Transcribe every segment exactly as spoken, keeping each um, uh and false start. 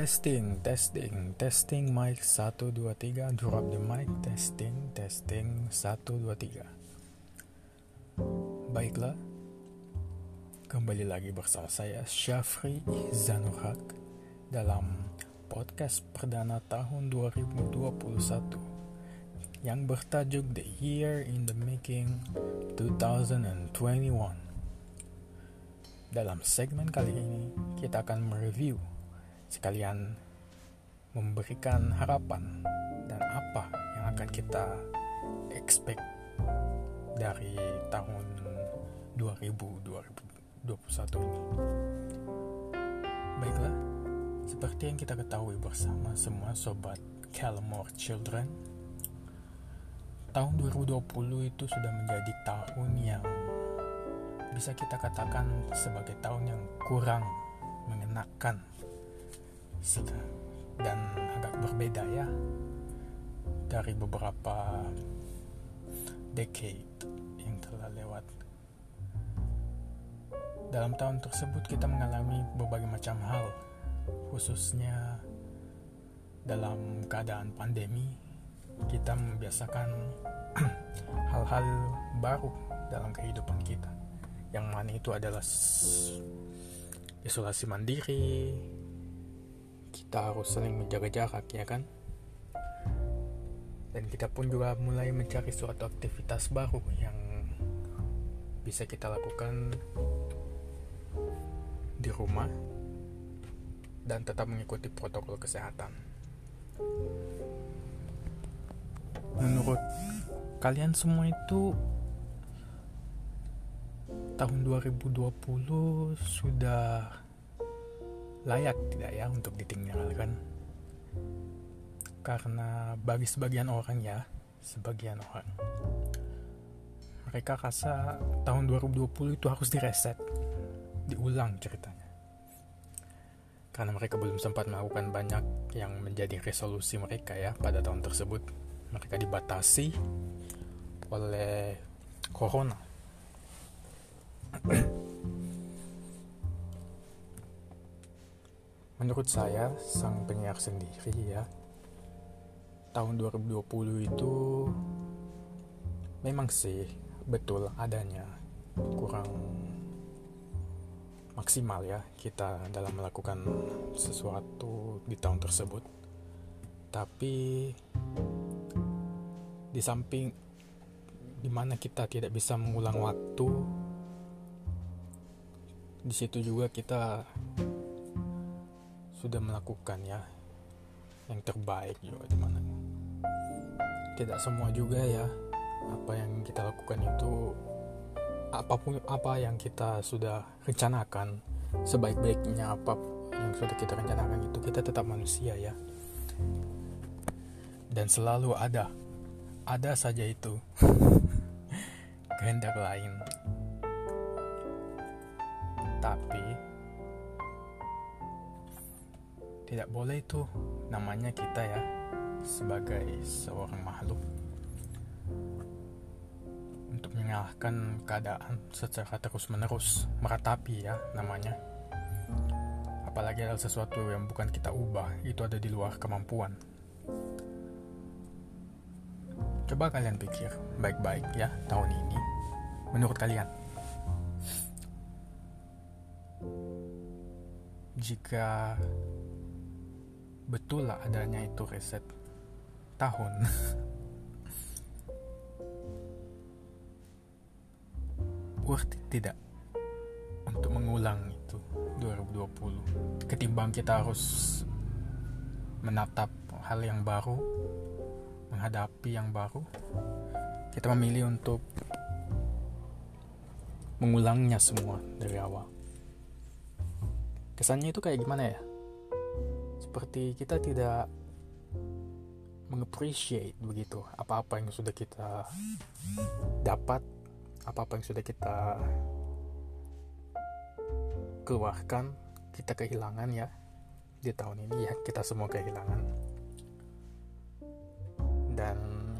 Testing, testing, testing mic satu dua tiga, drop the mic, testing, testing satu dua tiga. Baiklah, kembali lagi bersama saya Syafri Ihsanul Haq dalam podcast perdana tahun dua ribu dua puluh satu yang bertajuk The Year in the Making dua ribu dua puluh satu. Dalam segmen kali ini kita akan mereview sekalian memberikan harapan dan apa yang akan kita expect dari tahun dua ribu dua puluh satu ini. Baiklah, seperti yang kita ketahui bersama semua sobat Calmore Children, tahun dua ribu dua puluh itu sudah menjadi tahun yang bisa kita katakan sebagai tahun yang kurang mengenakan dan agak berbeda ya dari beberapa decade yang telah lewat. Dalam tahun tersebut kita mengalami berbagai macam hal, khususnya dalam keadaan pandemi. Kita membiasakan hal-hal baru dalam kehidupan kita, yang mana itu adalah isolasi mandiri. Kita harus saling menjaga jarak, ya kan? Dan kita pun juga mulai mencari suatu aktivitas baru yang bisa kita lakukan di rumah dan tetap mengikuti protokol kesehatan. Menurut kalian semua itu tahun dua ribu dua puluh sudah layak tidak ya untuk ditinggalkan? Karena bagi sebagian orang ya, sebagian orang mereka rasa tahun dua ribu dua puluh itu harus direset, diulang ceritanya. Karena mereka belum sempat melakukan banyak yang menjadi resolusi mereka ya pada tahun tersebut. Mereka dibatasi oleh corona. Menurut saya, sang penyiar sendiri ya, tahun dua ribu dua puluh itu memang sih betul adanya kurang maksimal ya kita dalam melakukan sesuatu di tahun tersebut. Tapi di samping dimana kita tidak bisa mengulang waktu, di situ juga kita sudah melakukan ya yang terbaik juga di mana. Tidak semua juga ya apa yang kita lakukan itu, apapun apa yang kita sudah rencanakan, sebaik-baiknya apa yang sudah kita rencanakan itu, kita tetap manusia ya. Dan selalu ada ada saja itu kehendak lain. Tapi tidak boleh itu, namanya kita ya sebagai seorang makhluk, untuk menyalahkan keadaan secara terus-menerus, meratapi ya namanya. Apalagi ada sesuatu yang bukan kita ubah, itu ada di luar kemampuan. Coba kalian pikir baik-baik ya tahun ini, menurut kalian, jika betul lah adanya itu reset tahun, worth it tidak untuk mengulang itu dua ribu dua puluh, ketimbang kita harus menatap hal yang baru, menghadapi yang baru, kita memilih untuk mengulangnya semua dari awal. Kesannya itu kayak gimana ya? Seperti kita tidak meng-appreciate begitu apa-apa yang sudah kita dapat, apa-apa yang sudah kita keluarkan, kita kehilangan ya di tahun ini ya, kita semua kehilangan. Dan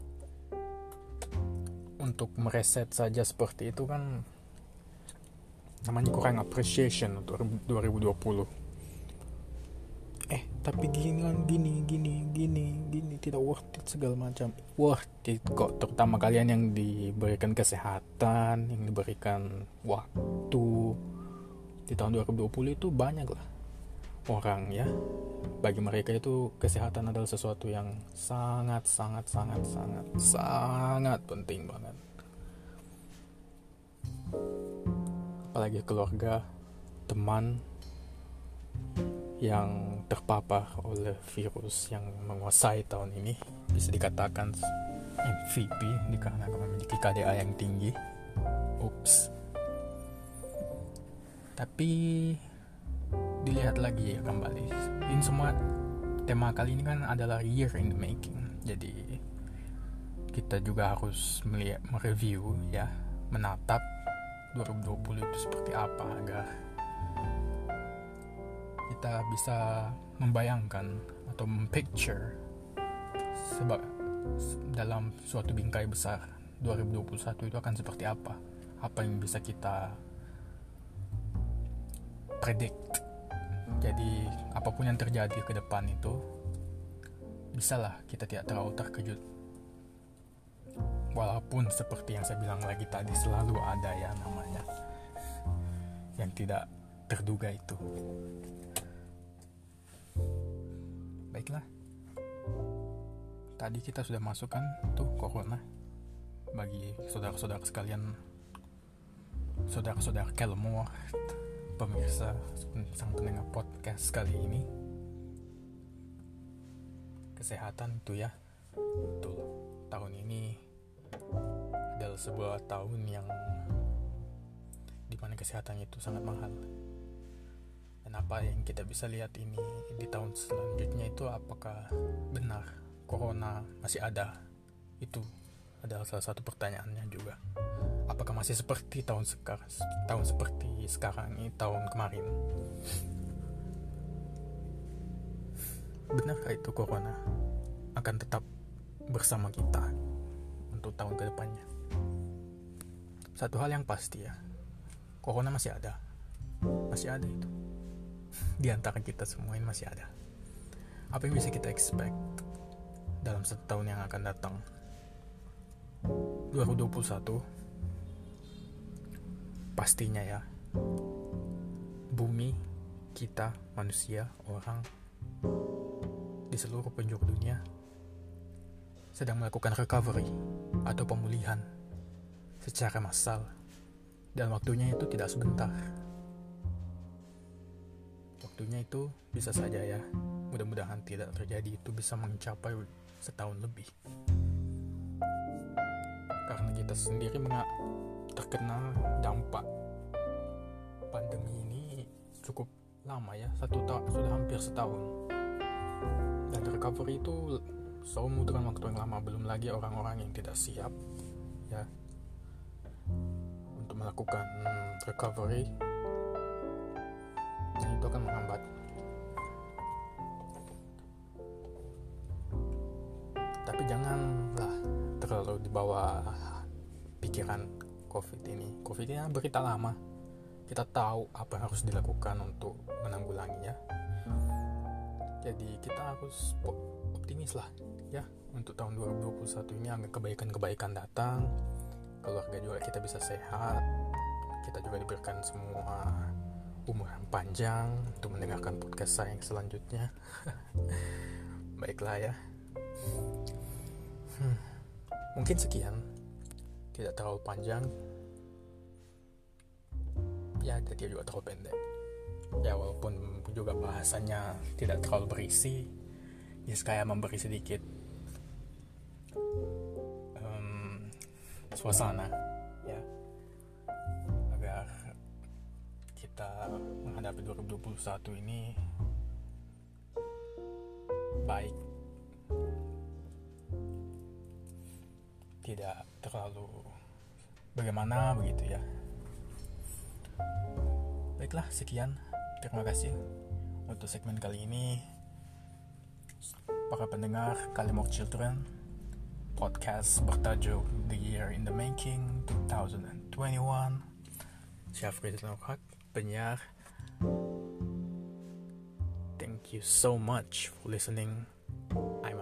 untuk mereset saja seperti itu kan namanya kurang appreciation untuk dua ribu dua puluh. eh tapi gini kan gini gini gini gini tidak worth it segala macam. Worth it kok, terutama kalian yang diberikan kesehatan, yang diberikan waktu. Di tahun dua ribu dua puluh itu banyak lah orang ya, bagi mereka itu kesehatan adalah sesuatu yang sangat sangat sangat sangat sangat penting banget. Apalagi keluarga, teman yang terpapar oleh virus yang menguasai tahun ini, bisa dikatakan M V P dikarenakan memiliki K D A yang tinggi. Ups. Tapi dilihat lagi ya kembali, ini semua tema kali ini kan adalah year in the making. Jadi kita juga harus melihat, mereview ya, menatap dua ribu dua puluh itu seperti apa agar kita bisa membayangkan atau mempicture sebab dalam suatu bingkai besar dua ribu dua puluh satu itu akan seperti apa, apa yang bisa kita predict. Jadi apapun yang terjadi ke depan itu bisalah kita tidak terlalu terkejut, walaupun seperti yang saya bilang lagi tadi, selalu ada ya namanya yang tidak terduga itu. Baiklah, tadi kita sudah masukkan tuh corona. Bagi saudara-saudara sekalian, saudara-saudara Kelmore, pemirsa sang pendengar podcast kali ini, kesehatan itu ya, betul, tahun ini adalah sebuah tahun yang dimana kesehatan itu sangat mahal. Dan apa yang kita bisa lihat ini di tahun selanjutnya itu, apakah benar corona masih ada? Itu adalah salah satu pertanyaannya juga. Apakah masih seperti tahun sekarang, tahun seperti sekarang ini, tahun kemarin? Benarkah itu corona akan tetap bersama kita untuk tahun kedepannya? Satu hal yang pasti ya, corona masih ada, masih ada itu. Di antara kita semua ini masih ada. Apa yang bisa kita expect dalam satu tahun yang akan datang? dua ribu dua puluh satu pastinya ya, bumi, kita, manusia, orang di seluruh penjuru dunia sedang melakukan recovery atau pemulihan secara massal, dan waktunya itu tidak sebentar. Waktunya itu bisa saja ya, mudah-mudahan tidak terjadi, itu bisa mencapai setahun lebih. Karena kita sendiri menga- terkena dampak pandemi ini cukup lama ya, satu tahun, sudah hampir setahun. Dan recovery itu selalu membutuhkan waktu yang lama, belum lagi orang-orang yang tidak siap ya untuk melakukan recovery, dan itu akan menghambat. Tapi janganlah terlalu dibawa pikiran COVID ini. COVID ini berita lama. Kita tahu apa yang harus dilakukan untuk menanggulanginya. Jadi kita harus optimis lah ya, untuk tahun dua ribu dua puluh satu ini agar kebaikan-kebaikan datang. Keluarga juga kita bisa sehat. Kita juga diberikan semua umur yang panjang untuk mendengarkan podcast saya yang selanjutnya. Baiklah ya. Hmm. Mungkin sekian, tidak terlalu panjang. Ya, tidak juga terlalu pendek. Ya, walaupun juga bahasanya tidak terlalu berisi, ya kayak memberi sedikit um, suasana ya, agar kita menghadapi dua ribu dua puluh satu ini baik, tidak terlalu bagaimana begitu ya. Baiklah, sekian, terima kasih untuk segmen kali ini. Para pendengar Kelmore Children, podcast bertajuk The Year in the Making twenty twenty-one. Syafri Zanohak, penyiar. Thank thank you so much for listening. I